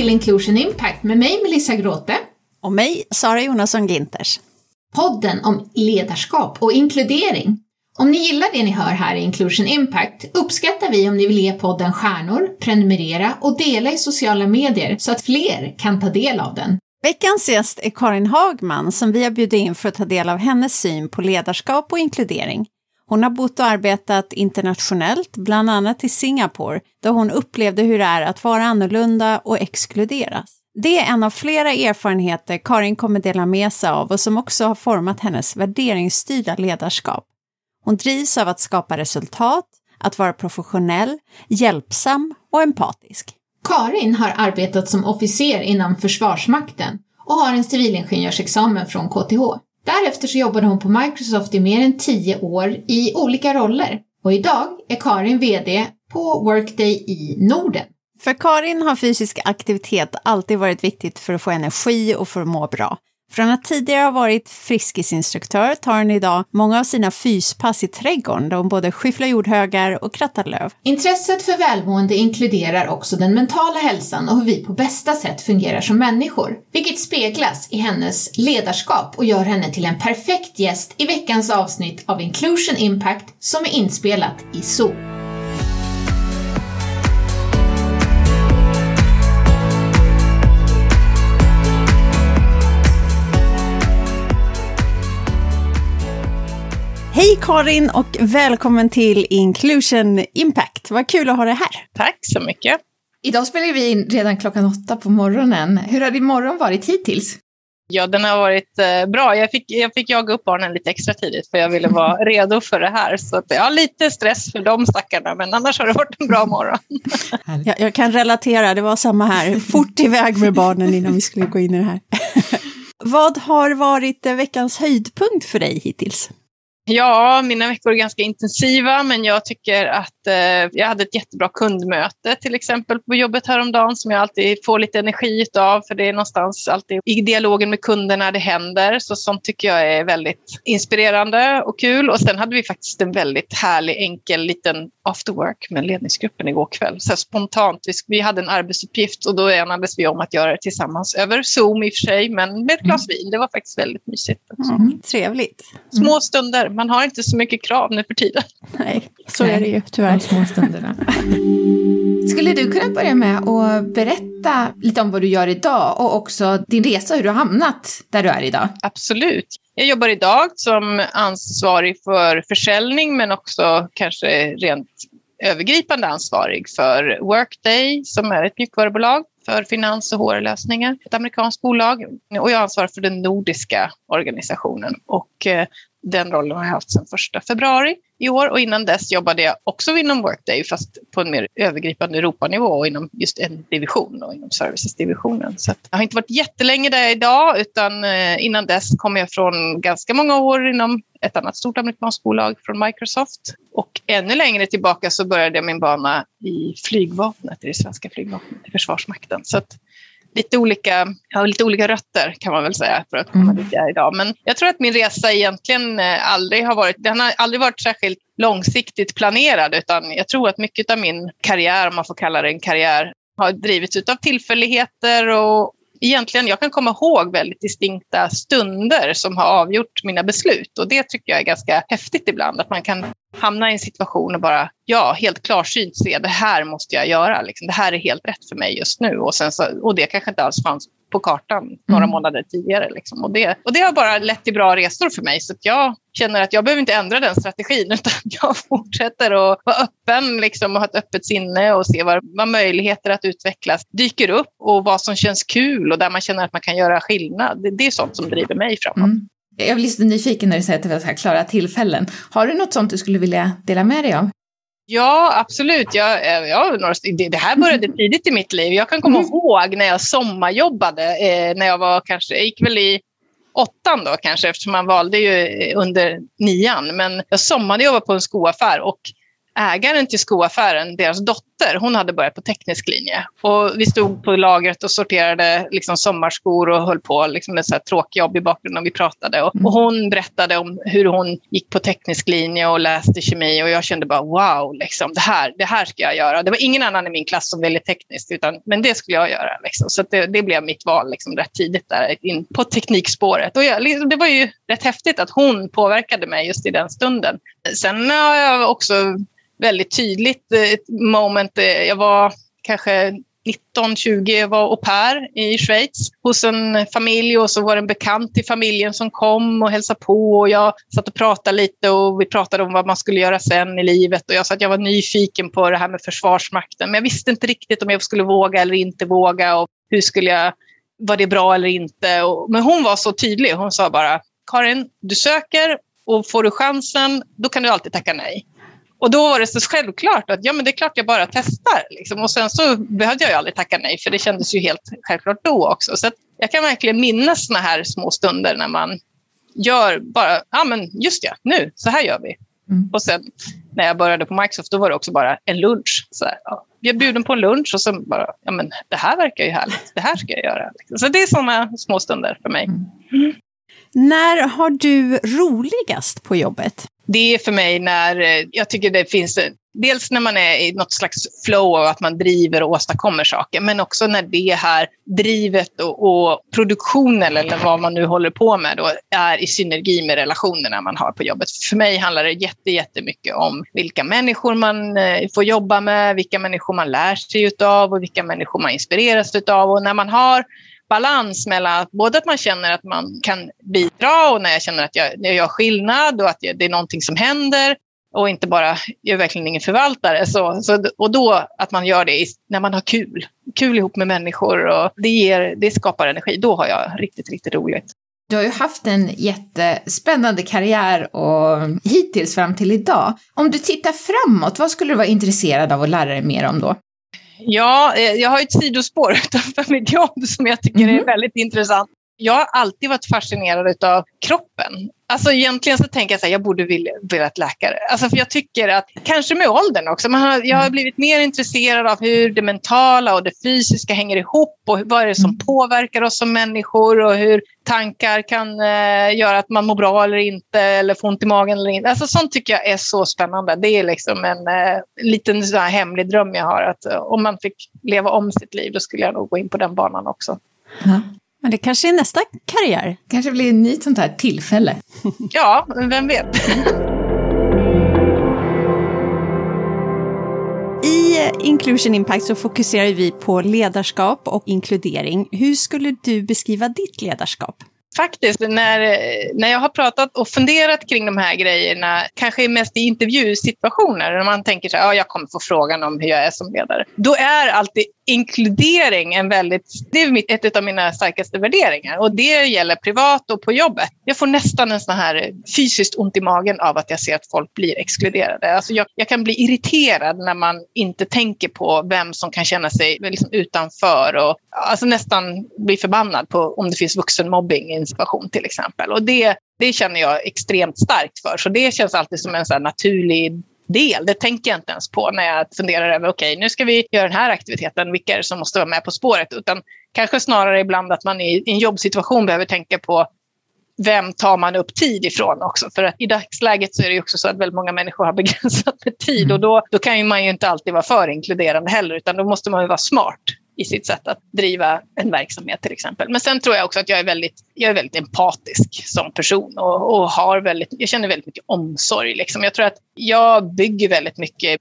till Inclusion Impact med mig Melissa Gråte. Och mig Sara Jonasson-Ginters. Podden om ledarskap och inkludering. Om ni gillar det ni hör här i Inclusion Impact uppskattar vi om ni vill ge podden stjärnor, prenumerera och dela i sociala medier så att fler kan ta del av den. Veckans gäst är Karin Hagman som vi har bjudit in för att ta del av hennes syn på ledarskap och inkludering. Hon har bott och arbetat internationellt, bland annat i Singapore, där hon upplevde hur det är att vara annorlunda och exkluderas. Det är en av flera erfarenheter Karin kommer dela med sig av och som också har format hennes värderingsstyrda ledarskap. Hon drivs av att skapa resultat, att vara professionell, hjälpsam och empatisk. Karin har arbetat som officer inom Försvarsmakten och har en civilingenjörsexamen från KTH. Därefter så jobbade hon på Microsoft i mer än 10 år i olika roller. Och idag är Karin vd på Workday i Norden. För Karin har fysisk aktivitet alltid varit viktigt för att få energi och för att må bra. Från att tidigare ha varit friskisinstruktör tar hon idag många av sina fyspass i trädgården där hon både skyfflar jordhögar och krattar löv. Intresset för välmående inkluderar också den mentala hälsan och hur vi på bästa sätt fungerar som människor. Vilket speglas i hennes ledarskap och gör henne till en perfekt gäst i veckans avsnitt av Inclusion Impact som är inspelat i Zoom. Hej Karin och välkommen till Inclusion Impact. Vad kul att ha dig här. Tack så mycket. Idag spelar vi in redan klockan 8 på morgonen. Hur har din morgon varit hittills? Ja, den har varit bra. Jag fick jaga upp barnen lite extra tidigt för jag ville vara redo för det här. Så att jag har lite stress för de stackarna, men annars har det varit en bra morgon. Jag kan relatera, det var samma här. Fort iväg med barnen innan vi skulle gå in i det här. Vad har varit veckans höjdpunkt för dig hittills? Ja, mina veckor är ganska intensiva, men jag tycker att jag hade ett jättebra kundmöte till exempel på jobbet häromdagen som jag alltid får lite energi av, för det är någonstans alltid i dialogen med kunderna det händer, så sånt tycker jag är väldigt inspirerande och kul. Och sen hade vi faktiskt en väldigt härlig, enkel liten after work med ledningsgruppen igår kväll. Så spontant, vi hade en arbetsuppgift och då enades vi om att göra det tillsammans över Zoom i och för sig, men med ett glas vin. Det var faktiskt väldigt mysigt. Trevligt. Små stunder. Man har inte så mycket krav nu för tiden. Nej, så är det ju tyvärr. Små stunderna. Skulle du kunna börja med att berätta lite om vad du gör idag och också din resa, hur du har hamnat där du är idag? Absolut. Jag jobbar idag som ansvarig för försäljning, men också kanske rent övergripande ansvarig för Workday som är ett mjukvarubolag för finans- och HR-lösningar, ett amerikanskt bolag. Och jag ansvarar för den nordiska organisationen och den rollen har jag haft sedan 1 februari i år, och innan dess jobbade jag också inom Workday fast på en mer övergripande Europanivå och inom just en division och inom services-divisionen. Så jag har inte varit jättelänge där idag, utan innan dess kom jag från ganska många år inom ett annat stort amerikanskt bolag från Microsoft, och ännu längre tillbaka så började jag min bana i flygvapnet, i det svenska flygvapnet, i Försvarsmakten. Så att jag har lite olika rötter kan man väl säga för att komma dit jag är idag. Men jag tror att min resa egentligen den har aldrig varit särskilt långsiktigt planerad, utan jag tror att mycket av min karriär, om man får kalla det en karriär, har drivits av tillfälligheter, och egentligen jag kan komma ihåg väldigt distinkta stunder som har avgjort mina beslut, och det tycker jag är ganska häftigt ibland, att man kan hamna i en situation och bara, helt klarsynt se, det här måste jag göra, liksom. Det här är helt rätt för mig just nu, och det kanske inte alls fanns på kartan några månader tidigare. Liksom. Och det har bara lett till bra resor för mig, så att jag känner att jag behöver inte ändra den strategin, utan jag fortsätter att vara öppen liksom, och ha ett öppet sinne och se vad möjligheter att utvecklas dyker upp och vad som känns kul och där man känner att man kan göra skillnad. Det är sånt som driver mig framåt. Jag blir lite nyfiken när du säger att det var så här klara tillfällen. Har du något sånt du skulle vilja dela med dig av? Ja, absolut. Det här började tidigt i mitt liv. Jag kan komma ihåg när jag sommarjobbade, när jag gick väl i 8:an då kanske, eftersom man valde ju under 9:an. Men jag sommarjobbade på en skoaffär, och ägaren till skoaffären, deras dotter, hon hade börjat på teknisk linje. Och vi stod på lagret och sorterade liksom sommarskor och höll på liksom ett så här tråkjobb i bakgrunden och vi pratade. Och hon berättade om hur hon gick på teknisk linje och läste kemi och jag kände bara wow, liksom, det här ska jag göra. Det var ingen annan i min klass som ville tekniskt, men det skulle jag göra. Liksom. Så det blev mitt val liksom, rätt tidigt där in på teknikspåret. Och det var ju rätt häftigt att hon påverkade mig just i den stunden. Sen har jag också väldigt tydligt ett moment, jag var kanske 19-20, jag var au pair i Schweiz hos en familj och så var det en bekant i familjen som kom och hälsade på och jag satt och pratade lite och vi pratade om vad man skulle göra sen i livet och jag sa att jag var nyfiken på det här med Försvarsmakten men jag visste inte riktigt om jag skulle våga eller inte våga och hur skulle jag, var det bra eller inte men hon var så tydlig, hon sa bara Karin, du söker och får du chansen, då kan du alltid tacka nej. Och då var det så självklart att men det är klart jag bara testar. Liksom. Och sen så behövde jag ju aldrig tacka nej för det kändes ju helt självklart då också. Så att jag kan verkligen minnas såna här små stunder när man gör bara, just ja, nu, så här gör vi. Och sen när jag började på Microsoft då var det också bara en lunch. Så här, jag bjöd på en lunch och sen bara, det här verkar ju härligt, det här ska jag göra. Så det är såna små stunder för mig. När har du roligast på jobbet? Det är för mig när jag tycker det finns, dels när man är i något slags flow av att man driver och åstadkommer saker, men också när det här drivet och produktionen eller vad man nu håller på med då är i synergi med relationerna man har på jobbet. För mig handlar det jättemycket om vilka människor man får jobba med, vilka människor man lär sig utav och vilka människor man inspireras utav och när man har balans mellan både att man känner att man kan bidra och när jag känner att jag gör skillnad och att det är någonting som händer och inte bara, jag är verkligen ingen förvaltare. Och då att man gör det när man har kul ihop med människor och det skapar energi. Då har jag riktigt, riktigt roligt. Du har ju haft en jättespännande karriär och hittills fram till idag. Om du tittar framåt, vad skulle du vara intresserad av att lära dig mer om då? Ja, jag har ett sidospår utanför mitt jobb som jag tycker är väldigt intressant. Jag har alltid varit fascinerad av kroppen. Alltså egentligen så tänker jag så här, jag borde vilja ett läkare. Alltså för jag tycker att, kanske med åldern också, jag har blivit mer intresserad av hur det mentala och det fysiska hänger ihop och vad är det som påverkar oss som människor och hur tankar kan göra att man mår bra eller inte eller får ont i magen eller inte. Alltså sånt tycker jag är så spännande. Det är liksom en liten sån här hemlig dröm jag har att om man fick leva om sitt liv då skulle jag nog gå in på den banan också. Ja. Men det kanske är nästa karriär. Kanske blir ett nytt sånt här tillfälle. Ja, vem vet. I Inclusion Impact så fokuserar vi på ledarskap och inkludering. Hur skulle du beskriva ditt ledarskap? Faktiskt, när jag har pratat och funderat kring de här grejerna, kanske mest i intervjusituationer, när man tänker så här, jag kommer få frågan om hur jag är som ledare. Då är alltid inkludering det är ett av mina starkaste värderingar. Och det gäller privat och på jobbet. Jag får nästan en sån här fysiskt ont i magen av att jag ser att folk blir exkluderade. Alltså jag kan bli irriterad när man inte tänker på vem som kan känna sig liksom utanför. Och alltså nästan bli förbannad på om det finns vuxenmobbing i en situation till exempel. Och det känner jag extremt starkt för. Så det känns alltid som en sån här naturlig del. Det tänker jag inte ens på när jag funderar över okej, nu ska vi göra den här aktiviteten, vilka är det som måste vara med på spåret, utan kanske snarare ibland att man i en jobbsituation behöver tänka på vem tar man upp tid ifrån också, för att i dagsläget så är det ju också så att väldigt många människor har begränsat med tid och då kan ju man ju inte alltid vara för inkluderande heller, utan då måste man ju vara smart i sitt sätt att driva en verksamhet till exempel. Men sen tror jag också att jag är väldigt empatisk som person och jag känner väldigt mycket omsorg. Liksom. Jag tror att jag bygger väldigt mycket,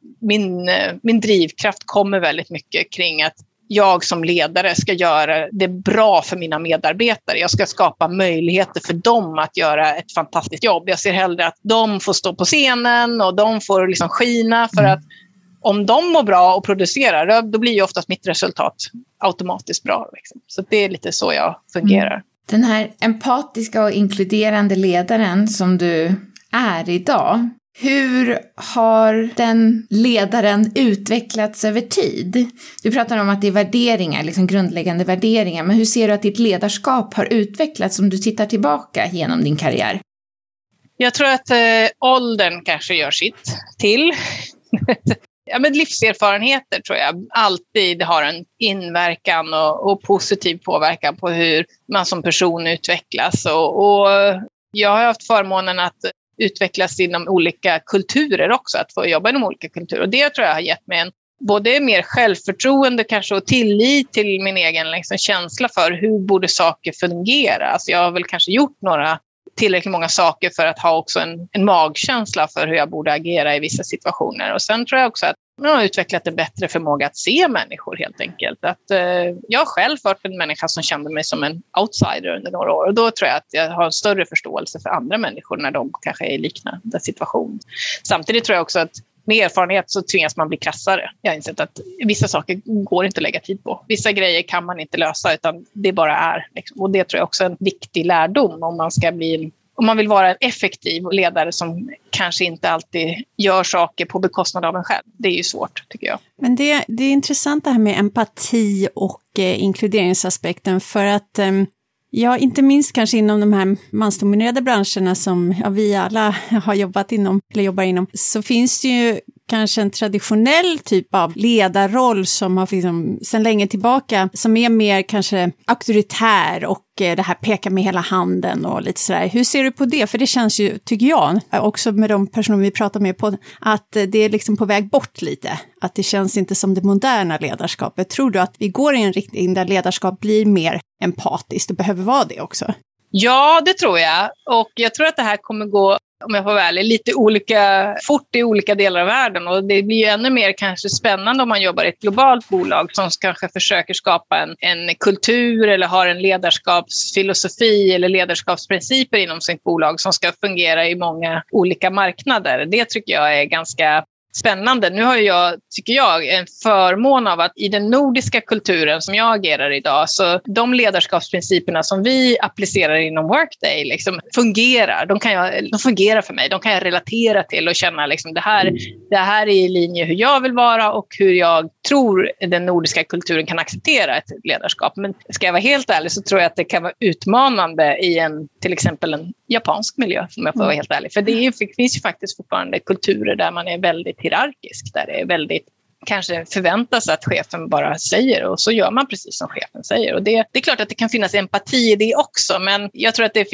min drivkraft kommer väldigt mycket kring att jag som ledare ska göra det bra för mina medarbetare. Jag ska skapa möjligheter för dem att göra ett fantastiskt jobb. Jag ser hellre att de får stå på scenen och de får liksom skina för att om de mår bra och producerar, då blir ju oftast mitt resultat automatiskt bra. Liksom. Så det är lite så jag fungerar. Den här empatiska och inkluderande ledaren som du är idag, hur har den ledaren utvecklats över tid? Du pratar om att det är värderingar, liksom grundläggande värderingar. Men hur ser du att ditt ledarskap har utvecklats om du tittar tillbaka genom din karriär? Jag tror att åldern kanske gör sitt till. Ja, men livserfarenheter tror jag alltid har en inverkan och positiv påverkan på hur man som person utvecklas. Och jag har haft förmånen att utvecklas inom olika kulturer också, att få jobba inom olika kulturer. Och det tror jag har gett mig både mer självförtroende kanske och tillit till min egen liksom, känsla för hur borde saker fungera. Alltså jag har väl kanske gjort tillräckligt många saker för att ha också en magkänsla för hur jag borde agera i vissa situationer. Och sen tror jag också att jag har utvecklat en bättre förmåga att se människor helt enkelt. Att, jag har själv varit en människa som kände mig som en outsider under några år. Och då tror jag att jag har en större förståelse för andra människor när de kanske är i liknande situation. Samtidigt tror jag också att med erfarenhet så tvingas man bli krassare. Jag har insett att vissa saker går inte att lägga tid på. Vissa grejer kan man inte lösa utan det bara är. Liksom. Och det tror jag också är en viktig lärdom om man vill vara en effektiv ledare som kanske inte alltid gör saker på bekostnad av en själv. Det är ju svårt tycker jag. Men det är intressant det här med empati och inkluderingsaspekten för att ja, inte minst kanske inom de här mansdominerade branscherna som vi alla har jobbat inom eller jobbar inom, så finns det ju kanske en traditionell typ av ledarroll som har liksom, sedan länge tillbaka som är mer kanske auktoritär och det här pekar med hela handen och lite sådär. Hur ser du på det? För det känns ju, tycker jag, också med de personer vi pratar med på, att det är liksom på väg bort lite. Att det känns inte som det moderna ledarskapet. Tror du att vi går i en riktning där ledarskap blir mer empatiskt och behöver vara det också? Ja, det tror jag. Och jag tror att det här kommer gå, om jag får vara ärlig, lite olika fort i olika delar av världen. Och det blir ju ännu mer kanske spännande om man jobbar i ett globalt bolag som kanske försöker skapa en kultur eller har en ledarskapsfilosofi eller ledarskapsprinciper inom sitt bolag som ska fungera i många olika marknader. Det tycker jag är ganska spännande. Nu har jag, tycker jag, en förmån av att i den nordiska kulturen som jag agerar idag, så de ledarskapsprinciperna som vi applicerar inom Workday liksom fungerar. De fungerar för mig. De kan jag relatera till och känna liksom det här är i linje hur jag vill vara och hur jag tror den nordiska kulturen kan acceptera ett ledarskap. Men ska jag vara helt ärlig så tror jag att det kan vara utmanande i till exempel en japansk miljö, om jag får vara helt ärlig. För det finns ju faktiskt fortfarande kulturer där man är väldigt hierarkisk, där det är väldigt kanske förväntas att chefen bara säger och så gör man precis som chefen säger. Och det är klart att det kan finnas empati i det också, men jag tror att det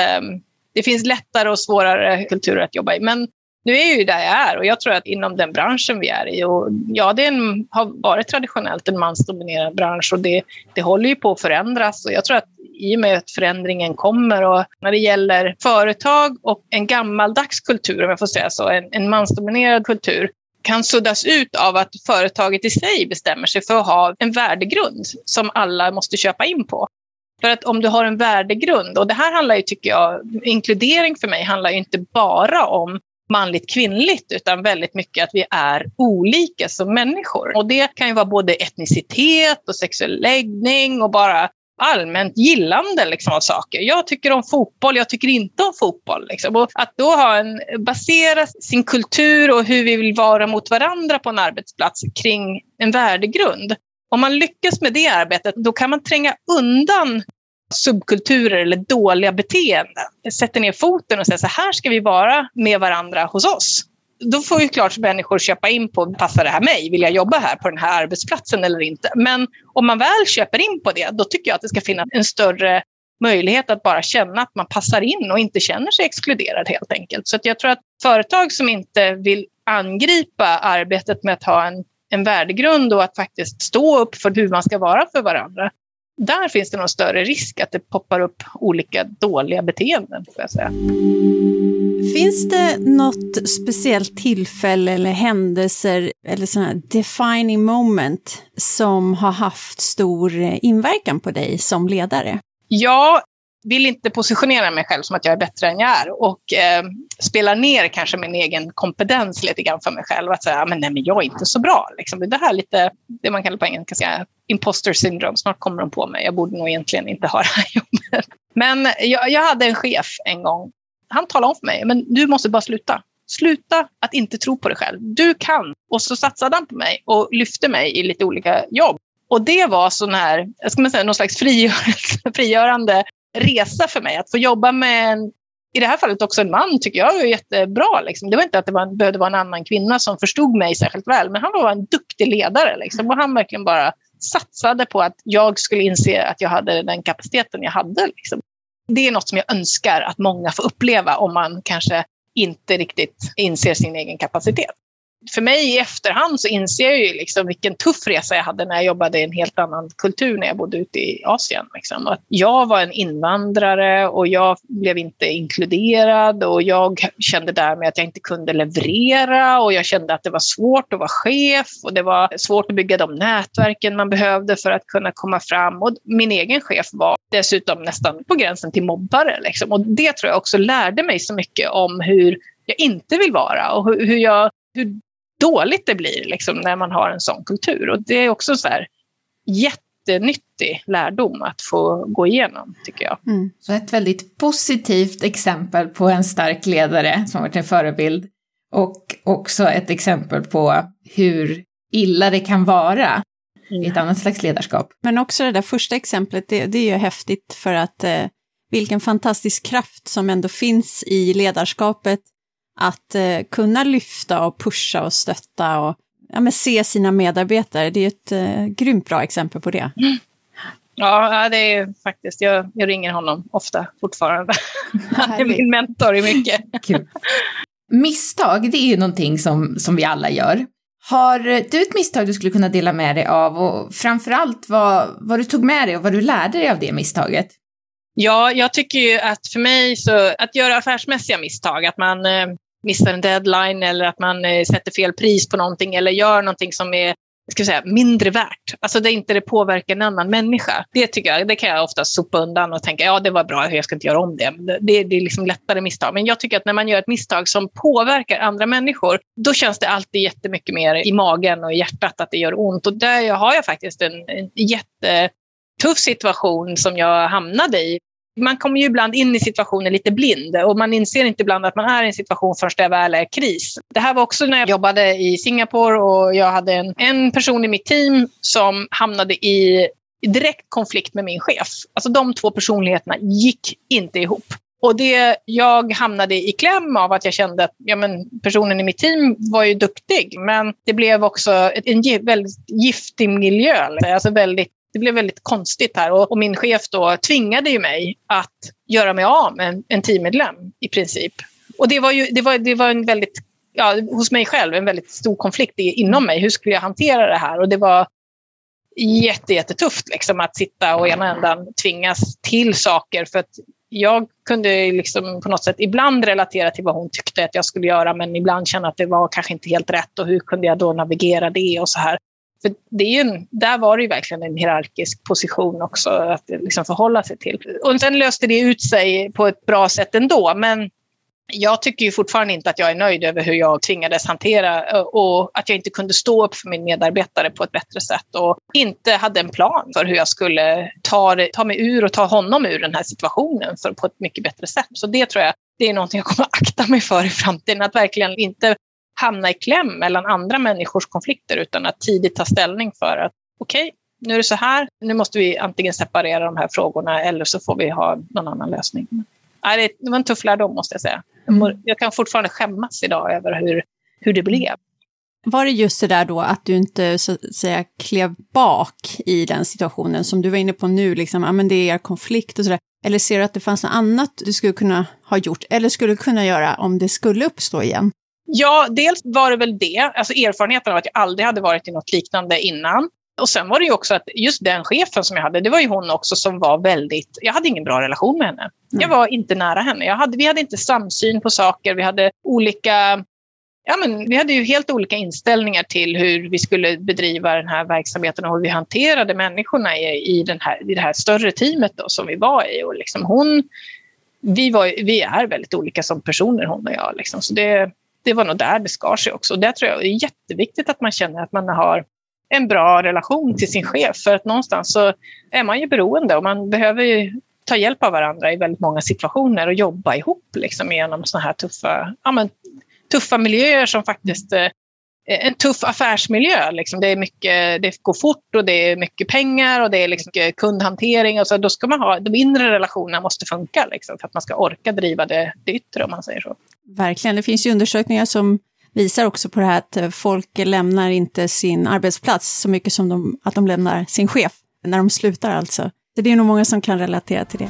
finns lättare och svårare kulturer att jobba i. Men nu är jag ju där jag är och jag tror att inom den branschen vi är i, och ja, har varit traditionellt en mansdominerad bransch och det håller ju på att förändras, och jag tror att i och med att förändringen kommer, och när det gäller företag och en gammaldags kultur, om jag får säga så, en mansdominerad kultur kan suddas ut av att företaget i sig bestämmer sig för att ha en värdegrund som alla måste köpa in på. För att om du har en värdegrund, och det här handlar ju, tycker jag, inkludering för mig handlar ju inte bara om manligt kvinnligt, utan väldigt mycket att vi är olika som människor. Och det kan ju vara både etnicitet och sexuell läggning och bara allmänt gillande liksom, av saker. Jag tycker om fotboll, jag tycker inte om fotboll. Liksom. Och att då basera sin kultur och hur vi vill vara mot varandra på en arbetsplats kring en värdegrund. Om man lyckas med det arbetet, då kan man tränga undan subkulturer eller dåliga beteenden. Sätter ner foten och säger så här ska vi vara med varandra hos oss. Då får ju klart människor köpa in på, passar det här mig? Vill jag jobba här på den här arbetsplatsen eller inte? Men om man väl köper in på det, då tycker jag att det ska finnas en större möjlighet att bara känna att man passar in och inte känner sig exkluderad helt enkelt. Så att jag tror att företag som inte vill angripa arbetet med att ha en värdegrund och att faktiskt stå upp för hur man ska vara för varandra, där finns det någon större risk att det poppar upp olika dåliga beteenden, får jag säga. Finns det något speciellt tillfälle eller händelser eller sådana defining moment som har haft stor inverkan på dig som ledare? Jag vill inte positionera mig själv som att jag är bättre än jag är och spelar ner kanske min egen kompetens lite grann för mig själv. Att säga, men jag är inte så bra. Liksom. Det här lite, det man kallar på engelska säga imposter syndrome. Snart kommer de på mig. Jag borde nog egentligen inte ha det här jobbet. Men jag hade en chef en gång. Han talade om för mig, men du måste bara sluta. Sluta att inte tro på dig själv. Du kan. Och så satsade han på mig och lyfte mig i lite olika jobb. Och det var sån här, ska man säga, någon slags frigörande resa för mig. Att få jobba med i det här fallet också en man, tycker jag är jättebra. Liksom. Det var inte att det behövde vara en annan kvinna som förstod mig särskilt väl, men han var en duktig ledare. Liksom. Och han verkligen bara satsade på att jag skulle inse att jag hade den kapaciteten jag hade. Liksom. Det är något som jag önskar att många får uppleva om man kanske inte riktigt inser sin egen kapacitet. För mig i efterhand så inser jag ju liksom vilken tuff resa jag hade när jag jobbade i en helt annan kultur när jag bodde ute i Asien. Liksom. Att jag var en invandrare och jag blev inte inkluderad och jag kände därmed att jag inte kunde leverera och jag kände att det var svårt att vara chef och det var svårt att bygga de nätverken man behövde för att kunna komma fram. Och min egen chef var dessutom nästan på gränsen till mobbare. Liksom. Och det tror jag också lärde mig så mycket om hur jag inte vill vara och hur dåligt det blir liksom, när man har en sån kultur. Och det är också så här jättenyttig lärdom att få gå igenom, tycker jag. Så ett väldigt positivt exempel på en stark ledare som varit en förebild. Och också ett exempel på hur illa det kan vara i ett annat slags ledarskap. Men också det där första exemplet, det är ju häftigt för att vilken fantastisk kraft som ändå finns i ledarskapet. Att kunna lyfta och pusha och stötta och se sina medarbetare. Det är ett grymt bra exempel på det. Ja, det är faktiskt. Jag ringer honom ofta fortfarande. Han är min mentor i mycket. Kul. Misstag, det är ju någonting som vi alla gör. Har du ett misstag du skulle kunna dela med dig av? Och framförallt vad du tog med dig och vad du lärde dig av det misstaget? Ja, jag tycker ju att för mig så att göra affärsmässiga misstag, att man missar en deadline eller att man sätter fel pris på någonting eller gör någonting som är mindre värt. Alltså det inte det påverkar en annan människa. Det tycker jag, det kan jag ofta sopa undan och tänka, ja det var bra, jag ska inte göra om det. Det är liksom lättare misstag. Men jag tycker att när man gör ett misstag som påverkar andra människor, då känns det alltid jättemycket mer i magen och i hjärtat att det gör ont. Och där har jag faktiskt en jättetuff situation som jag hamnade i. Man kommer ju ibland in i situationen lite blind och man inser inte ibland att man är i en situation först det väl är kris. Det här var också när jag jobbade i Singapore och jag hade en person i mitt team som hamnade i direkt konflikt med min chef. Alltså de två personligheterna gick inte ihop. Och jag hamnade i kläm av att jag kände att personen i mitt team var ju duktig, men det blev också en väldigt giftig miljö. Alltså det blev väldigt konstigt här och min chef då tvingade ju mig att göra mig av med en teammedlem i princip. Och det var en väldigt, hos mig själv en väldigt stor konflikt inom mig. Hur skulle jag hantera det här? Och det var jättetufft liksom, att sitta och ena ändan tvingas till saker för att jag kunde liksom på något sätt ibland relatera till vad hon tyckte att jag skulle göra, men ibland känna att det var kanske inte helt rätt och hur kunde jag då navigera det och så här. För där var det ju verkligen en hierarkisk position också att liksom förhålla sig till. Och sen löste det ut sig på ett bra sätt ändå. Men jag tycker ju fortfarande inte att jag är nöjd över hur jag tvingades hantera och att jag inte kunde stå upp för min medarbetare på ett bättre sätt och inte hade en plan för hur jag skulle ta mig ur och ta honom ur den här situationen på ett mycket bättre sätt. Så det tror jag, det är någonting jag kommer att akta mig för i framtiden. Att verkligen inte hamna i kläm mellan andra människors konflikter utan att tidigt ta ställning för att okej, nu är det så här, nu måste vi antingen separera de här frågorna eller så får vi ha någon annan lösning. Det var en tuff lärdom måste jag säga. Jag kan fortfarande skämmas idag över hur det blev. Var det just det där då att du inte så att säga klev bak i den situationen som du var inne på nu, liksom, men det är konflikt och sådär. Eller ser du att det fanns något annat du skulle kunna ha gjort eller skulle kunna göra om det skulle uppstå igen? Ja, dels var det väl det. Alltså erfarenheten av att jag aldrig hade varit i något liknande innan. Och sen var det ju också att just den chefen som jag hade, det var ju hon också som var väldigt... Jag hade ingen bra relation med henne. Jag var inte nära henne. Vi hade inte samsyn på saker. Vi hade vi hade ju helt olika inställningar till hur vi skulle bedriva den här verksamheten och hur vi hanterade människorna i det här större teamet då, som vi var i. Och liksom vi är väldigt olika som personer, hon och jag. Liksom. Så det var nog där det skar sig också. Och där tror jag det är jätteviktigt att man känner att man har en bra relation till sin chef. För att någonstans så är man ju beroende och man behöver ju ta hjälp av varandra i väldigt många situationer och jobba ihop liksom, genom såna här tuffa miljöer som faktiskt en tuff affärsmiljö. Liksom. Det går fort och det är mycket pengar och det är liksom kundhantering. Och så, då ska man ha, de inre relationerna måste funka liksom, för att man ska orka driva det yttre, om man säger så. Verkligen, det finns ju undersökningar som visar också på det här att folk lämnar inte sin arbetsplats så mycket som att de lämnar sin chef när de slutar alltså. Så det är nog många som kan relatera till det.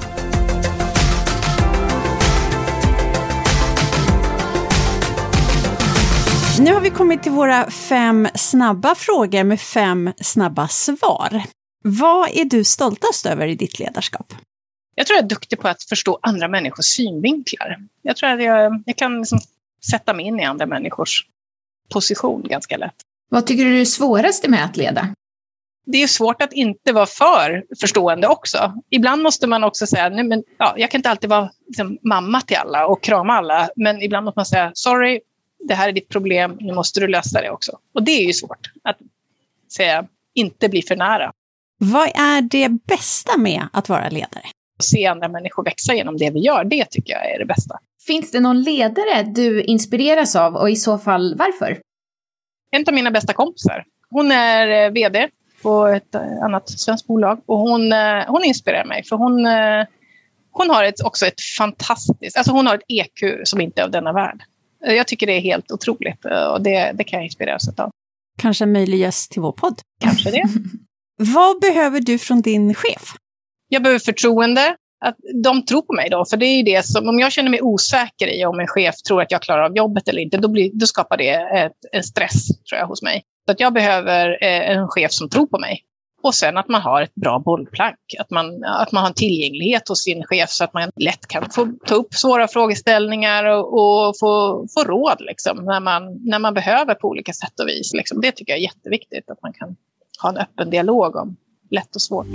Nu har vi kommit till våra 5 snabba frågor med 5 snabba svar. Vad är du stoltast över i ditt ledarskap? Jag tror jag är duktig på att förstå andra människors synvinklar. Jag tror att jag kan liksom sätta mig in i andra människors position ganska lätt. Vad tycker du är det svåraste med att leda? Det är svårt att inte vara för förstående också. Ibland måste man också säga, nej, men, jag kan inte alltid vara liksom, mamma till alla och krama alla. Men ibland måste man säga, sorry, det här är ditt problem, nu måste du lösa det också. Och det är ju svårt att säga, inte bli för nära. Vad är det bästa med att vara ledare? Att se andra människor växa genom det vi gör, det tycker jag är det bästa. Finns det någon ledare du inspireras av och i så fall varför? En av mina bästa kompisar. Hon är vd på ett annat svenskt bolag och hon inspirerar mig för hon har också ett fantastiskt, alltså hon har ett EQ som inte är av denna värld. Jag tycker det är helt otroligt och det kan jag inspireras av. Kanske en möjlig gäst till vår podd. Kanske det. Vad behöver du från din chef? Jag behöver förtroende. Att de tror på mig då. För det är ju det som, om jag känner mig osäker i om en chef tror att jag klarar av jobbet eller inte, då skapar det en stress tror jag hos mig. Så att jag behöver en chef som tror på mig. Och sen att man har ett bra bollplank. Att man har en tillgänglighet hos sin chef så att man lätt kan få ta upp svåra frågeställningar och få råd liksom, när man behöver på olika sätt och vis. Liksom. Det tycker jag är jätteviktigt. Att man kan ha en öppen dialog om lätt och svårt.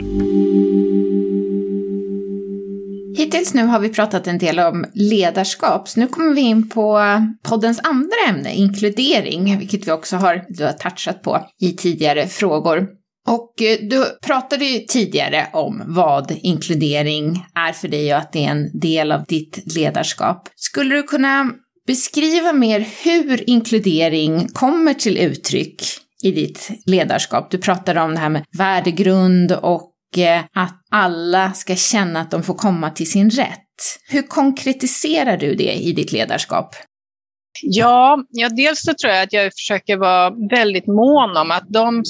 Hittills nu har vi pratat en del om ledarskap, så nu kommer vi in på poddens andra ämne, inkludering, vilket vi också har touchat på i tidigare frågor. Och du pratade ju tidigare om vad inkludering är för dig och att det är en del av ditt ledarskap. Skulle du kunna beskriva mer hur inkludering kommer till uttryck i ditt ledarskap? Du pratade om det här med värdegrund och att alla ska känna att de får komma till sin rätt. Hur konkretiserar du det i ditt ledarskap? Ja, dels så tror jag att jag försöker vara väldigt mån om att de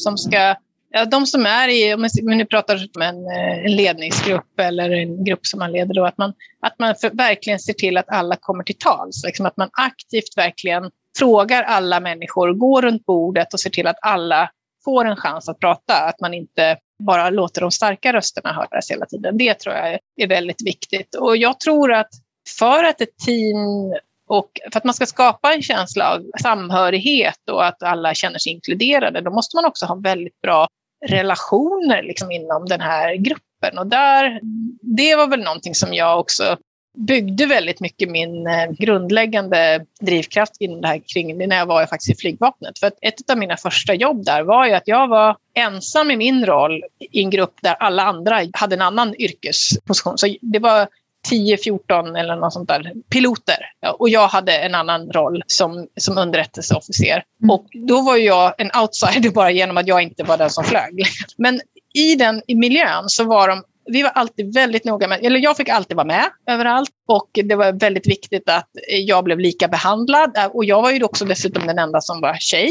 som är i, om nu pratar om en ledningsgrupp eller en grupp som man leder då, att man verkligen ser till att alla kommer till tals. Liksom att man aktivt verkligen frågar alla människor, går runt bordet och ser till att alla får en chans att prata. Att man inte bara låter de starka rösterna höras hela tiden. Det tror jag är väldigt viktigt. Och jag tror att för att ett team och för att man ska skapa en känsla av samhörighet och att alla känner sig inkluderade, då måste man också ha väldigt bra relationer liksom inom den här gruppen. Och det var väl någonting som jag också byggde väldigt mycket min grundläggande drivkraft inom det här kring när jag var faktiskt i flygvapnet. För att ett av mina första jobb där var ju att jag var ensam i min roll i en grupp där alla andra hade en annan yrkesposition. Så det var 10-14 eller något sånt där piloter. Och jag hade en annan roll som underrättelseofficer. Och då var jag en outsider bara genom att jag inte var den som flög. Men i miljön så vi var alltid väldigt noga med, eller jag fick alltid vara med överallt och det var väldigt viktigt att jag blev lika behandlad och jag var ju också dessutom den enda som var tjej.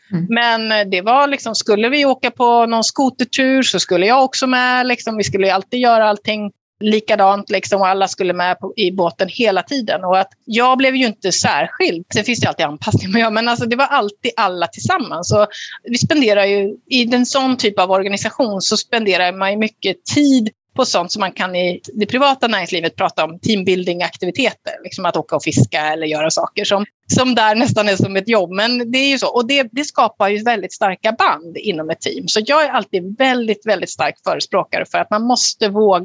Men det var liksom, skulle vi åka på någon skotertur så skulle jag också med liksom, vi skulle alltid göra allting likadant liksom, och alla skulle med i båten hela tiden och att jag blev ju inte särskild. Sen finns det alltid anpassning men alltså, det var alltid alla tillsammans och vi spenderar ju i en sån typ av organisation så spenderar man ju mycket tid på sånt som man kan i det privata näringslivet prata om teambuilding-aktiviteter. Liksom att åka och fiska eller göra saker som där nästan är som ett jobb. Men det är ju så. Och det skapar ju väldigt starka band inom ett team. Så jag är alltid väldigt, väldigt stark förespråkare för att man måste våga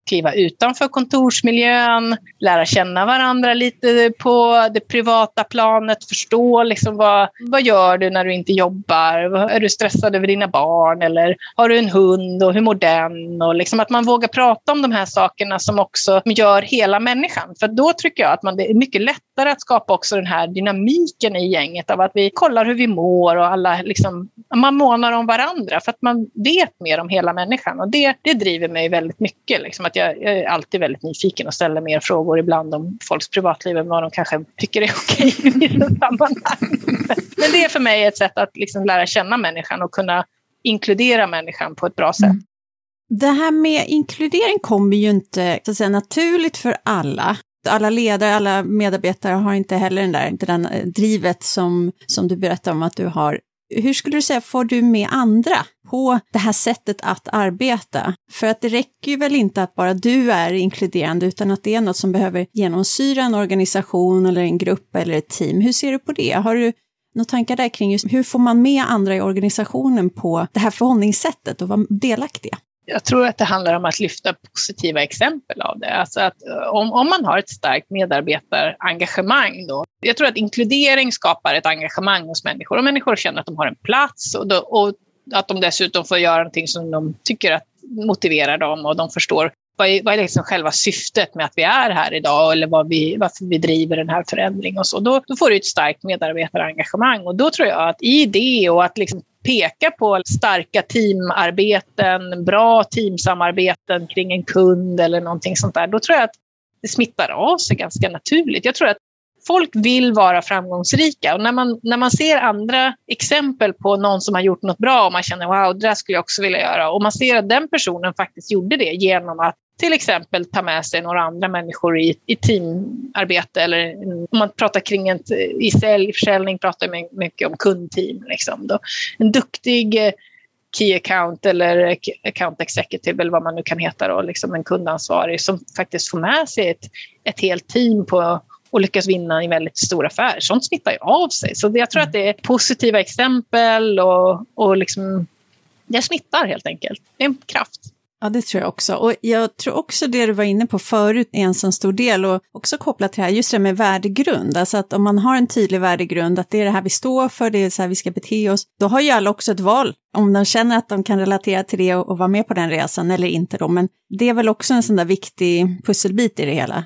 kliva utanför kontorsmiljön, lära känna varandra lite på det privata planet, förstå liksom vad gör du när du inte jobbar, är du stressad över dina barn eller har du en hund och hur mår den, och liksom att man vågar prata om de här sakerna som också gör hela människan, för då tycker jag att det är mycket lättare att skapa också den här dynamiken i gänget av att vi kollar hur vi mår och alla liksom, man månar om varandra för att man vet mer om hela människan, och det driver mig väldigt mycket liksom, att jag är alltid väldigt nyfiken och ställer mer frågor ibland om folks privatliv än vad de kanske tycker är okej i vissa sammanhang. Men det är för mig ett sätt att liksom lära känna människan och kunna inkludera människan på ett bra sätt. Det här med inkludering kommer ju inte så att säga naturligt för alla. Alla ledare, alla medarbetare har inte heller den drivet som du berättar om att du har. Hur skulle du säga, får du med andra på det här sättet att arbeta? För att det räcker ju väl inte att bara du är inkluderande, utan att det är något som behöver genomsyra en organisation eller en grupp eller ett team. Hur ser du på det? Har du några tankar där kring just hur får man med andra i organisationen på det här förhållningssättet och vara delaktiga? Jag tror att det handlar om att lyfta positiva exempel av det. Alltså att om man har ett starkt medarbetarengagemang då. Jag tror att inkludering skapar ett engagemang hos människor. Och människor känner att de har en plats och att de dessutom får göra någonting som de tycker att motiverar dem. Och de förstår vad är liksom själva syftet med att vi är här idag. Eller varför vi driver den här förändringen och så. Då får du ett starkt medarbetarengagemang. Och då tror jag att i det och att liksom peka på starka teamarbeten, bra teamsamarbeten kring en kund eller någonting sånt där, då tror jag att det smittar av sig ganska naturligt. Jag tror att folk vill vara framgångsrika, och när man ser andra exempel på någon som har gjort något bra och man känner wow, det där skulle jag också vilja göra, och man ser att den personen faktiskt gjorde det genom att till exempel ta med sig några andra människor i teamarbete, eller om man pratar kring i försäljning pratar man mycket om kundteam. Liksom då. En duktig key account eller account executive eller vad man nu kan heta då, liksom en kundansvarig som faktiskt får med sig ett helt team på och lyckas vinna i väldigt stora affärer. Sånt smittar ju av sig. Så jag tror att det är positiva exempel och liksom, det smittar helt enkelt. Det är en kraft. Ja, det tror jag också. Och jag tror också det du var inne på förut är en sån stor del, och också kopplat till det här, just det med värdegrund. Alltså att om man har en tydlig värdegrund, att det är det här vi står för, det är så här vi ska bete oss, då har ju alla också ett val. Om de känner att de kan relatera till det och vara med på den resan eller inte då. Men det är väl också en sån där viktig pusselbit i det hela.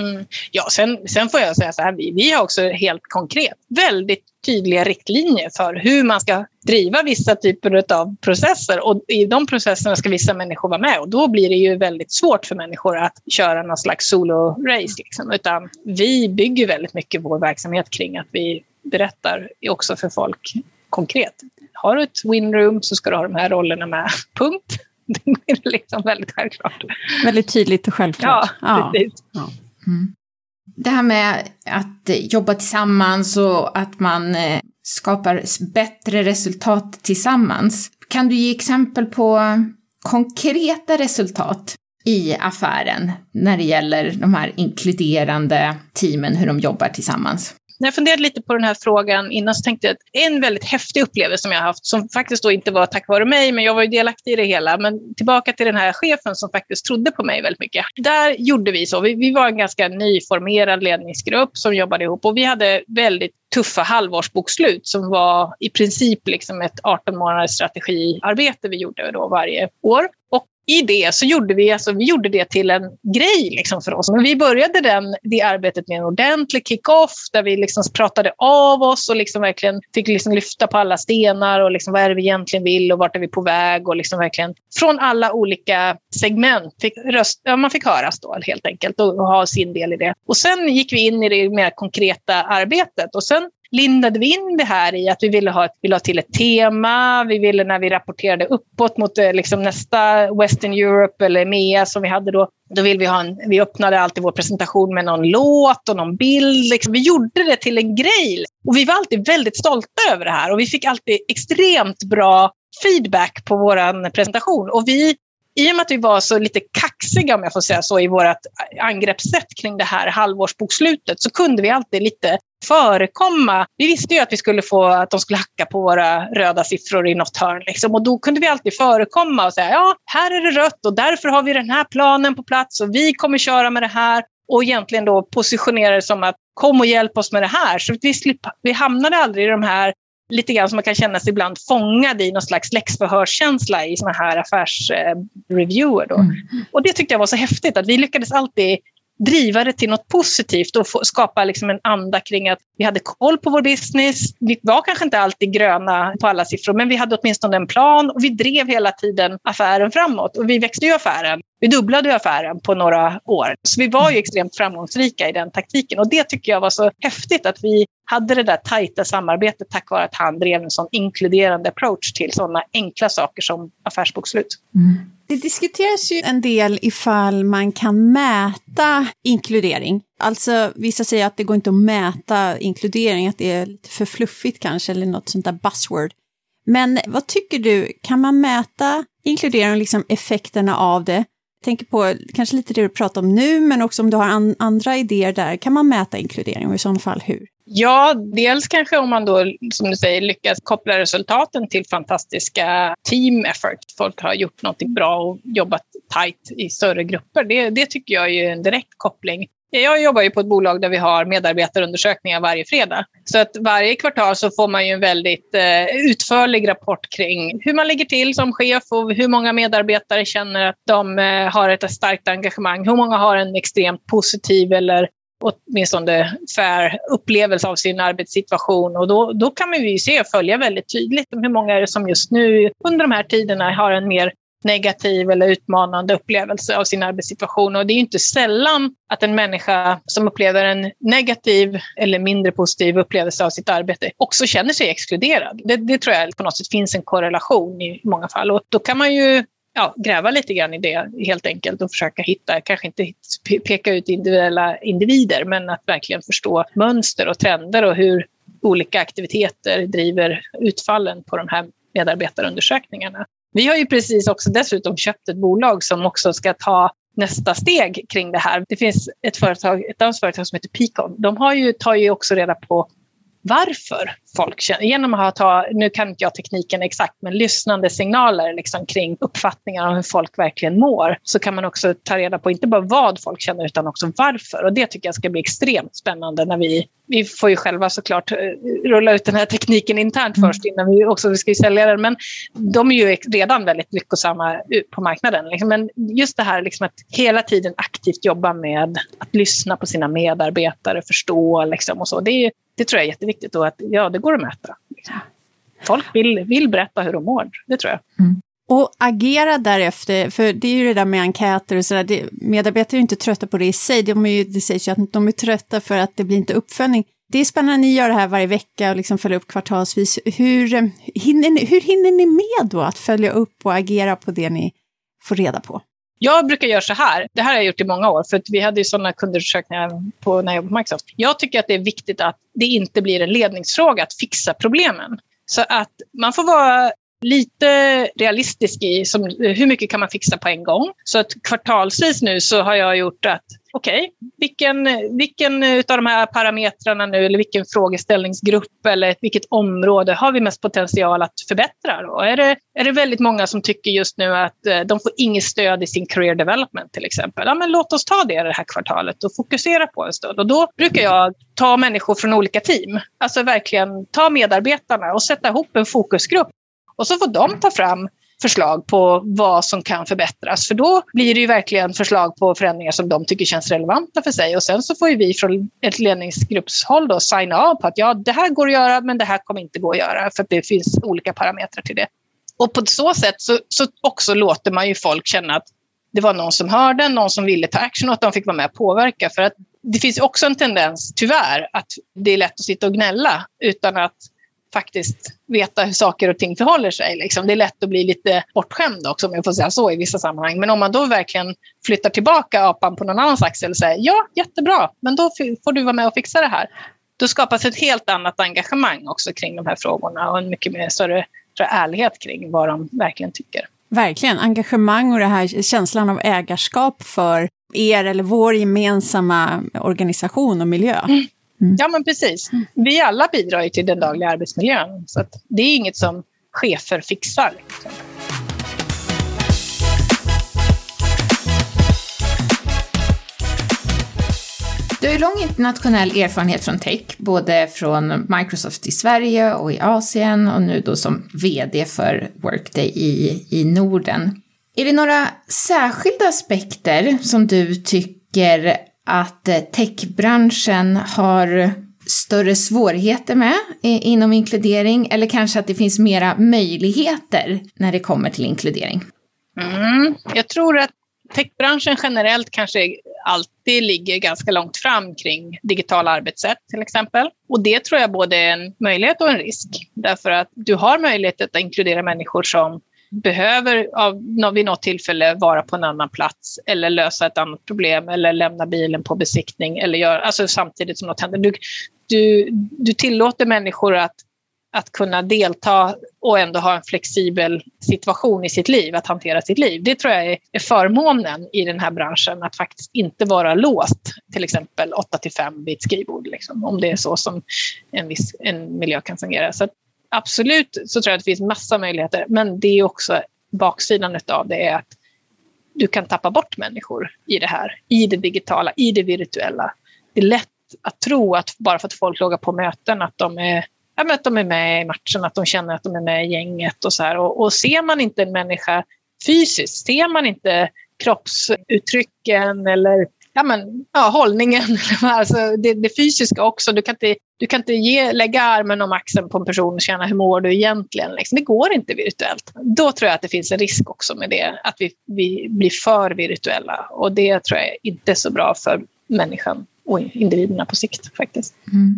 Ja, sen får jag säga så här, vi har också helt konkret väldigt tydliga riktlinjer för hur man ska driva vissa typer av processer, och i de processerna ska vissa människor vara med, och då blir det ju väldigt svårt för människor att köra någon slags solo-race liksom. Utan vi bygger väldigt mycket vår verksamhet kring att vi berättar också för folk konkret. Har du ett winroom så ska du ha de här rollerna med, punkt. Det är liksom väldigt självklart. Väldigt tydligt och självklart. Ja, precis. Ja. Mm. Det här med att jobba tillsammans och att man skapar bättre resultat tillsammans. Kan du ge exempel på konkreta resultat i affären när det gäller de här inkluderande teamen, hur de jobbar tillsammans? När jag funderade lite på den här frågan innan så tänkte jag att en väldigt häftig upplevelse som jag har haft, som faktiskt då inte var tack vare mig, men jag var ju delaktig i det hela, men tillbaka till den här chefen som faktiskt trodde på mig väldigt mycket. Där gjorde vi så, vi var en ganska nyformerad ledningsgrupp som jobbade ihop, och vi hade väldigt tuffa halvårsbokslut som var i princip liksom ett 18 månaders strategiarbete vi gjorde då varje år. Och i det så gjorde vi gjorde det till en grej liksom för oss. Men vi började det arbetet med en ordentlig kick-off där vi liksom pratade av oss och liksom verkligen fick liksom lyfta på alla stenar och liksom vad är det vi egentligen vill och vart är vi på väg, och liksom verkligen från alla olika segment man fick höras då helt enkelt och ha sin del i det. Och sen gick vi in i det mer konkreta arbetet, och sen lindade vi in det här i att vi ville ha till ett tema. Vi ville, när vi rapporterade uppåt mot liksom nästa Western Europe eller EMEA som vi hade då ville vi öppnade alltid vår presentation med någon låt och någon bild. Liksom. Vi gjorde det till en grej. Och vi var alltid väldigt stolta över det här. Och vi fick alltid extremt bra feedback på vår presentation. Och i och med att vi var så lite kaxiga, om jag får säga så, i vårt angreppssätt kring det här halvårsbokslutet, så kunde vi alltid lite förekomma. Vi visste ju att vi skulle få att de skulle hacka på våra röda siffror i något hörn. Liksom. Och då kunde vi alltid förekomma och säga, ja, här är det rött och därför har vi den här planen på plats och vi kommer köra med det här. Och egentligen då positionera det som att kom och hjälp oss med det här. Så vi hamnade aldrig i de här, lite grann som man kan känna sig ibland fångad i någon slags läxförhörskänsla i såna här affärsreviewer då. Och det tyckte jag var så häftigt, att vi lyckades alltid driva det till något positivt och skapa liksom en anda kring att vi hade koll på vår business. Vi var kanske inte alltid gröna på alla siffror, men vi hade åtminstone en plan och vi drev hela tiden affären framåt. Och vi växte ju affären. Vi dubblade affären på några år. Så vi var ju extremt framgångsrika i den taktiken. Och det tycker jag var så häftigt, att vi hade det där tajta samarbetet tack vare att han drev en sån inkluderande approach till sådana enkla saker som affärsbokslut. Det diskuteras ju en del ifall man kan mäta inkludering. Alltså vissa säger att det går inte att mäta inkludering, att det är lite för fluffigt kanske, eller något sånt där buzzword. Men vad tycker du, kan man mäta inkludering och liksom effekterna av det? Jag tänker på kanske lite det du pratar om nu, men också om du har andra idéer där. Kan man mäta inkludering och i sådana fall hur? Ja, dels kanske om man då, som du säger, lyckas koppla resultaten till fantastiska team effort. Folk har gjort något bra och jobbat tight i större grupper. Det tycker jag är en direkt koppling. Jag jobbar ju på ett bolag där vi har medarbetarundersökningar varje fredag. Så att varje kvartal så får man ju en väldigt utförlig rapport kring hur man ligger till som chef och hur många medarbetare känner att de har ett starkt engagemang. Hur många har en extremt positiv eller åtminstone fair upplevelse av sin arbetssituation. Och då kan man ju se och följa väldigt tydligt hur många är det som just nu under de här tiderna har en mer negativ eller utmanande upplevelse av sin arbetssituation. Och det är ju inte sällan att en människa som upplever en negativ eller mindre positiv upplevelse av sitt arbete också känner sig exkluderad. Det tror jag på något sätt finns en korrelation i många fall. Och då kan man ju gräva lite grann i det helt enkelt och försöka hitta, kanske inte peka ut individuella individer, men att verkligen förstå mönster och trender och hur olika aktiviteter driver utfallen på de här medarbetarundersökningarna. Vi har ju precis också dessutom köpt ett bolag som också ska ta nästa steg kring det här. Det finns ett annat företag som heter Peakon. De tar ju också reda på varför folk känner, genom att nu kan inte jag tekniken exakt, men lyssnande signaler liksom kring uppfattningar om hur folk verkligen mår, så kan man också ta reda på inte bara vad folk känner utan också varför. Och det tycker jag ska bli extremt spännande när vi får ju själva såklart rulla ut den här tekniken internt först innan vi ska sälja den, men de är ju redan väldigt lyckosamma på marknaden. Liksom. Men just det här liksom att hela tiden aktivt jobba med att lyssna på sina medarbetare, förstå liksom och så, det tror jag är jätteviktigt och att det går att mäta. Folk vill berätta hur de mår, det tror jag. Och agera därefter, för det är ju det där med enkäter och sådär, medarbetare är ju inte trötta på det i sig, det sägs ju att de är trötta för att det blir inte uppföljning. Det är spännande att ni gör det här varje vecka och liksom följa upp kvartalsvis. Hur hinner ni med då att följa upp och agera på det ni får reda på? Jag brukar göra så här. Det här har jag gjort i många år. För att vi hade ju sådana kundundersökningar när jag jobbade på Microsoft. Jag tycker att det är viktigt att det inte blir en ledningsfråga att fixa problemen. Så att man får vara lite realistisk i hur mycket kan man fixa på en gång. Så att kvartalsvis nu så har jag gjort att vilken utav de här parametrarna nu, eller vilken frågeställningsgrupp eller vilket område har vi mest potential att förbättra då? Är det väldigt många som tycker just nu att de får inget stöd i sin career development till exempel? Ja, men låt oss ta det här kvartalet och fokusera på en stund. Och då brukar jag ta människor från olika team, alltså verkligen ta medarbetarna och sätta ihop en fokusgrupp. Och så får de ta fram förslag på vad som kan förbättras. För då blir det ju verkligen förslag på förändringar som de tycker känns relevanta för sig. Och sen så får ju vi från ett ledningsgruppshåll då signa av på att det här går att göra, men det här kommer inte gå att göra. För att det finns olika parametrar till det. Och på så sätt så också låter man ju folk känna att det var någon som hörde, någon som ville ta action och att de fick vara med och påverka. För att det finns också en tendens, tyvärr, att det är lätt att sitta och gnälla utan att faktiskt veta hur saker och ting förhåller sig. Liksom. Det är lätt att bli lite bortskämd också, om jag får säga så i vissa sammanhang. Men om man då verkligen flyttar tillbaka apan på någon annans axel och säger ja, jättebra, men då får du vara med och fixa det här. Då skapas ett helt annat engagemang också kring de här frågorna och en mycket mer större ärlighet kring vad de verkligen tycker. Verkligen, engagemang och det här känslan av ägarskap för er eller vår gemensamma organisation och miljö. Ja, men precis. Vi alla bidrar ju till den dagliga arbetsmiljön. Så att det är inget som chefer fixar. Liksom. Du har ju lång internationell erfarenhet från tech, både från Microsoft i Sverige och i Asien och nu då som vd för Workday i Norden. Är det några särskilda aspekter som du tycker att techbranschen har större svårigheter med inom inkludering, eller kanske att det finns mera möjligheter när det kommer till inkludering? Jag tror att techbranschen generellt kanske alltid ligger ganska långt fram kring digitala arbetssätt till exempel. Och det tror jag både är en möjlighet och en risk. Därför att du har möjlighet att inkludera människor som behöver vid något tillfälle vara på en annan plats eller lösa ett annat problem eller lämna bilen på besiktning eller göra, alltså samtidigt som något händer. Du tillåter människor att kunna delta och ändå ha en flexibel situation i sitt liv, att hantera sitt liv. Det tror jag är förmånen i den här branschen, att faktiskt inte vara låst till exempel 8-5 vid ett skrivbord, liksom, om det är så som en miljö kan fungera. Så att absolut så tror jag att det finns massa möjligheter, men det är också baksidan av det är att du kan tappa bort människor i det här, i det digitala, i det virtuella. Det är lätt att tro att bara för att folk loggar på möten att de är med i matchen, att de känner att de är med i gänget och så här. Och ser man inte en människa fysiskt, ser man inte kroppsuttrycken eller hållningen, alltså det fysiska också. Du kan inte lägga armen om axeln på en person och känna hur mår du egentligen. Liksom. Det går inte virtuellt. Då tror jag att det finns en risk också med det, att vi blir för virtuella. Och det tror jag inte är så bra för människan och individerna på sikt faktiskt.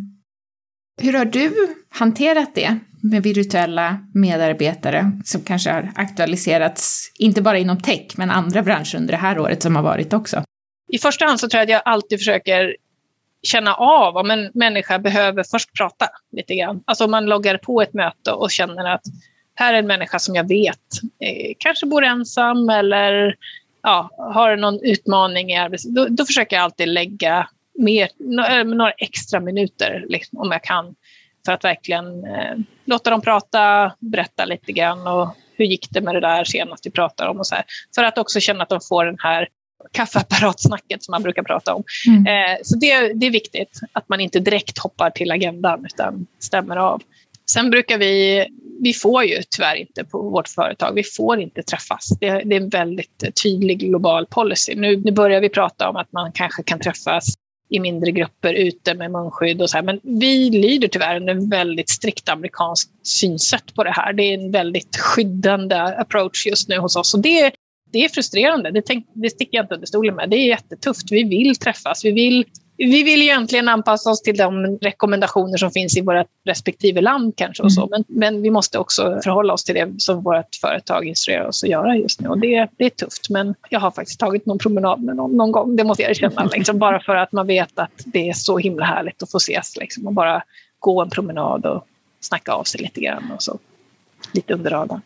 Hur har du hanterat det med virtuella medarbetare som kanske har aktualiserats inte bara inom tech men andra branscher under det här året som har varit också? I första hand så tror jag att jag alltid försöker känna av om en människa behöver först prata lite grann. Alltså om man loggar på ett möte och känner att här är en människa som jag vet kanske bor ensam eller har någon utmaning i arbetet. Då försöker jag alltid lägga några extra minuter liksom, om jag kan, för att verkligen låta dem prata, berätta lite grann och hur gick det med det där senast vi pratade om och så här. För att också känna att de får den här kaffeapparatsnacket som man brukar prata om. Så det är viktigt att man inte direkt hoppar till agendan utan stämmer av. Sen brukar vi får ju tyvärr inte på vårt företag, vi får inte träffas. Det är en väldigt tydlig global policy. Nu börjar vi prata om att man kanske kan träffas i mindre grupper ute med munskydd och så här. Men vi lyder tyvärr under en väldigt strikt amerikansk synsätt på det här. Det är en väldigt skyddande approach just nu hos oss. Och det är frustrerande. Det sticker jag inte under stolen med. Det är jättetufft. Vi vill träffas. Vi vill egentligen anpassa oss till de rekommendationer som finns i våra respektive land kanske och så. Men vi måste också förhålla oss till det som vårt företag instruerar oss att göra just nu. Och det är tufft. Men jag har faktiskt tagit någon promenad med någon gång. Det måste jag erkänna. Liksom, bara för att man vet att det är så himla härligt att få ses. Liksom, och bara gå en promenad och snacka av sig lite grann. Och så. Lite under radarn.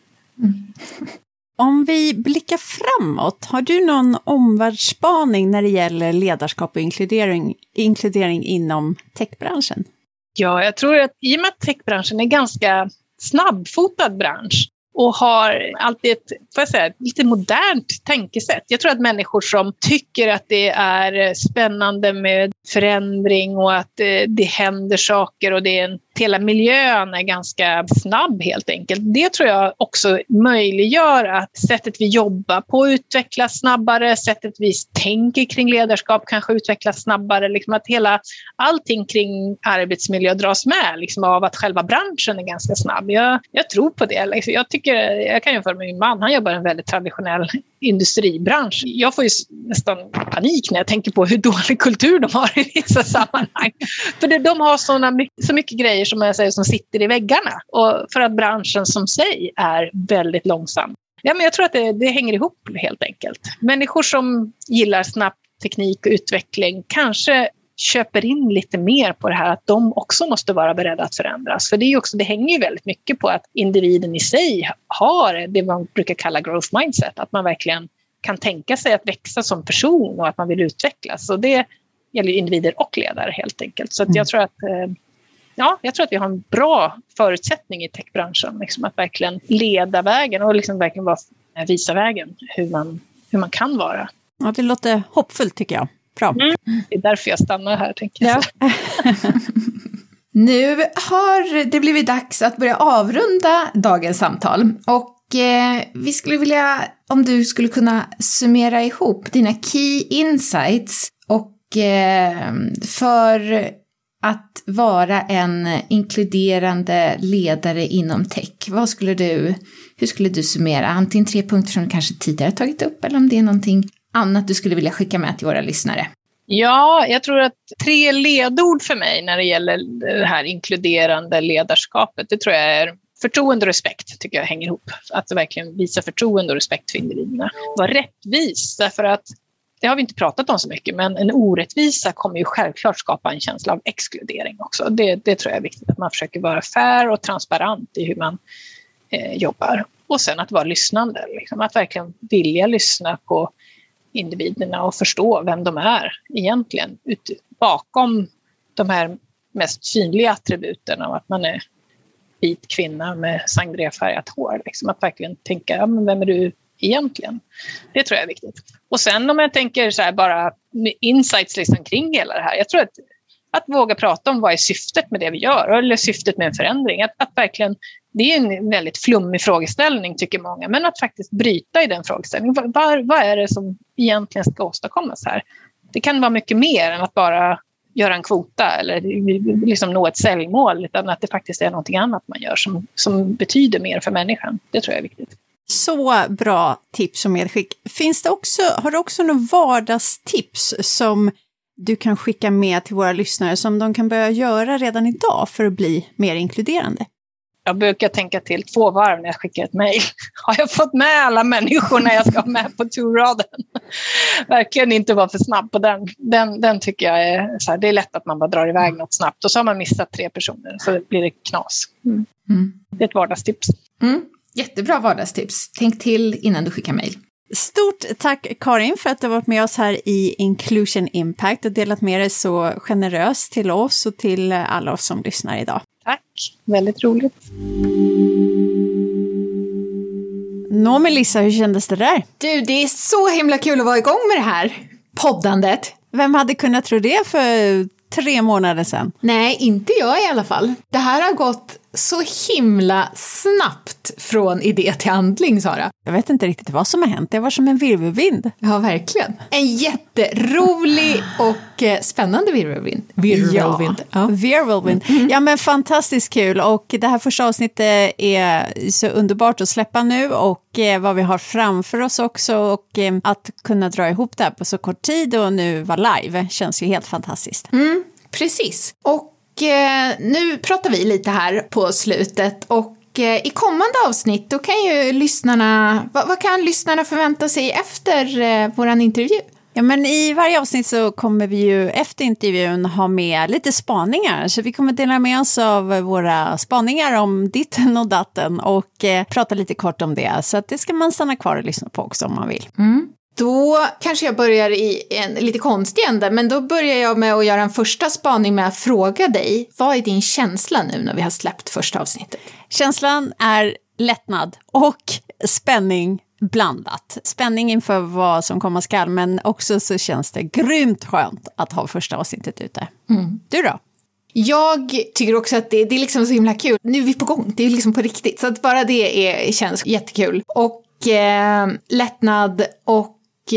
Om vi blickar framåt, har du någon omvärldsspaning när det gäller ledarskap och inkludering inom techbranschen? Ja, jag tror att i och med att techbranschen är en ganska snabbfotad bransch och har alltid ett lite modernt tänkesätt. Jag tror att människor som tycker att det är spännande med förändring och att det händer saker och hela miljön är ganska snabb helt enkelt. Det tror jag också möjliggör att sättet vi jobbar på utvecklas snabbare, sättet vi tänker kring ledarskap kanske utvecklas snabbare. Liksom att allting kring arbetsmiljö dras med liksom av att själva branschen är ganska snabb. Jag tror på det. Liksom. Jag kan jämföra med min man, han jobbar i en väldigt traditionell industribransch. Jag får ju nästan panik när jag tänker på hur dålig kultur de har i vissa sammanhang. För de har så mycket grejer som jag säger som sitter i väggarna. Och för att branschen som sig är väldigt långsam. Ja, men jag tror att det hänger ihop helt enkelt. Människor som gillar snabb teknik och utveckling kanske köper in lite mer på det här att de också måste vara beredda att förändras. För det hänger ju väldigt mycket på att individen i sig har det man brukar kalla growth mindset. Att man verkligen kan tänka sig att växa som person och att man vill utvecklas. Så gäller ju individer och ledare helt enkelt. Så att jag tror att vi har en bra förutsättning i techbranschen liksom, att verkligen leda vägen och liksom verkligen visa vägen hur man kan vara. Ja, det låter hoppfullt tycker jag. Bra. Det är därför jag stannar här, tänker jag. Ja. Nu har det blivit dags att börja avrunda dagens samtal. Och vi skulle vilja, om du skulle kunna summera ihop dina key insights och för att vara en inkluderande ledare inom tech. Hur skulle du summera? Antingen 3 punkter som du kanske tidigare tagit upp eller om det är någonting annat du skulle vilja skicka med till våra lyssnare. Ja, jag tror att 3 ledord för mig när det gäller det här inkluderande ledarskapet, det tror jag är förtroende och respekt, tycker jag hänger ihop. Att verkligen visa förtroende och respekt för individerna. Var rättvis, därför att det har vi inte pratat om så mycket, men en orättvisa kommer ju självklart skapa en känsla av exkludering också. Det tror jag är viktigt, att man försöker vara fair och transparent i hur man jobbar. Och sen att vara lyssnande, liksom, att verkligen vilja lyssna på individerna och förstå vem de är egentligen bakom de här mest synliga attributen av att man är vit kvinna med sangriafärgat hår. Liksom, att verkligen tänka, men vem är du egentligen? Det tror jag är viktigt. Och sen om jag tänker så här, bara insights liksom kring hela det här. Jag tror att våga prata om vad är syftet med det vi gör eller syftet med en förändring. Att verkligen, det är en väldigt flummig frågeställning tycker många, men att faktiskt bryta i den frågeställningen. Vad är det som egentligen ska åstadkommas här? Det kan vara mycket mer än att bara göra en kvota eller liksom nå ett säljmål, utan att det faktiskt är någonting annat man gör som betyder mer för människan. Det tror jag är viktigt. Så bra tips och medskick. Har du också några vardagstips som du kan skicka med till våra lyssnare som de kan börja göra redan idag för att bli mer inkluderande? Jag brukar tänka till 2 varv när jag skickar ett mejl. Har jag fått med alla människor när jag ska ha med på turraden? Verkligen inte vara för snabb på den. Den tycker jag är så här, det är lätt att man bara drar iväg något snabbt. Och så har man missat 3 personer så blir det knas. Det är ett vardagstips. Jättebra vardagstips. Tänk till innan du skickar mejl. Stort tack Karin för att du har varit med oss här i Inclusion Impact och delat med dig så generöst till oss och till alla oss som lyssnar idag. Tack, väldigt roligt. Nå Melissa, hur kändes det där? Du, det är så himla kul att vara igång med det här poddandet. Vem hade kunnat tro det för 3 månader sedan? Nej, inte jag i alla fall. Det här har gått så himla snabbt från idé till handling, Sara. Jag vet inte riktigt vad som har hänt. Det var som en virvelvind. Ja, verkligen. En jätterolig och spännande virvelvind. Virvelvind. Ja, men fantastiskt kul. Och det här första avsnittet är så underbart att släppa nu. Och vad vi har framför oss också. Och att kunna dra ihop det här på så kort tid och nu vara live känns ju helt fantastiskt. Precis. Och nu pratar vi lite här på slutet och i kommande avsnitt då kan ju lyssnarna, vad kan lyssnarna förvänta sig efter våran intervju? Ja, men i varje avsnitt så kommer vi ju efter intervjun ha med lite spaningar. Så vi kommer dela med oss av våra spaningar om ditten och datten och prata lite kort om det. Så att det ska man stanna kvar och lyssna på också om man vill. Då kanske jag börjar i en lite konstig ände, men då börjar jag med att göra en första spaning med att fråga dig. Vad är din känsla nu när vi har släppt första avsnittet? Känslan är lättnad och spänning blandat. Spänning inför vad som komma skall, men också så känns det grymt skönt att ha första avsnittet ute. Du då? Jag tycker också att det är liksom så himla kul. Nu är vi på gång, det är liksom på riktigt. Så att bara det känns jättekul. Och lättnad och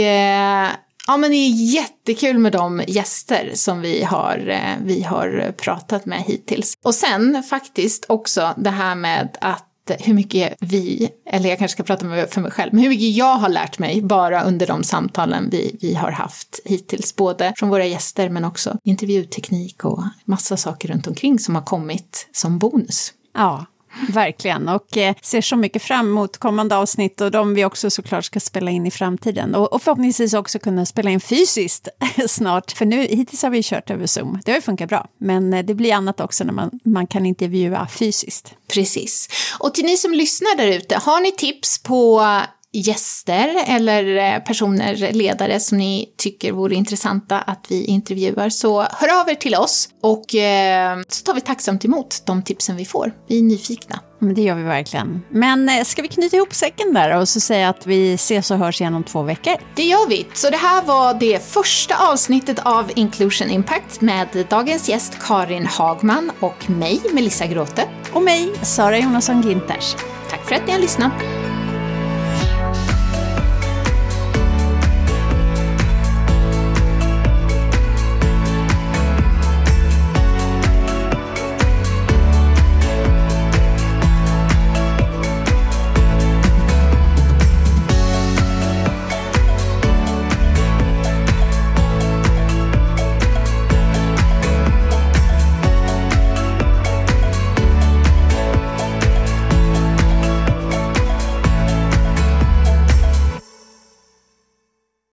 ja, men det är jättekul med de gäster som vi har pratat med hittills. Och sen faktiskt också det här med att hur mycket eller jag kanske ska prata för mig själv, men hur mycket jag har lärt mig bara under de samtalen vi har haft hittills, både från våra gäster men också intervjuteknik och massa saker runt omkring som har kommit som bonus. Ja, verkligen. Och ser så mycket fram emot kommande avsnitt och de vi också såklart ska spela in i framtiden. Och förhoppningsvis också kunna spela in fysiskt snart. För nu, hittills har vi kört över Zoom. Det har ju funkat bra. Men det blir annat också när man kan intervjua fysiskt. Precis. Och till ni som lyssnar där ute, har ni tips på gäster eller personer, ledare som ni tycker vore intressanta att vi intervjuar, så hör av er till oss och så tar vi tacksamt emot de tipsen vi får. Vi är nyfikna. Men det gör vi verkligen. Men ska vi knyta ihop säcken där och så säga att vi ses och hörs igen om 2 veckor? Det gör vi. Så det här var det första avsnittet av Inclusion Impact med dagens gäst Karin Hagman och mig, Melissa Gråte. Och mig, Sara Jonasson Ginters. Tack för att ni har lyssnat.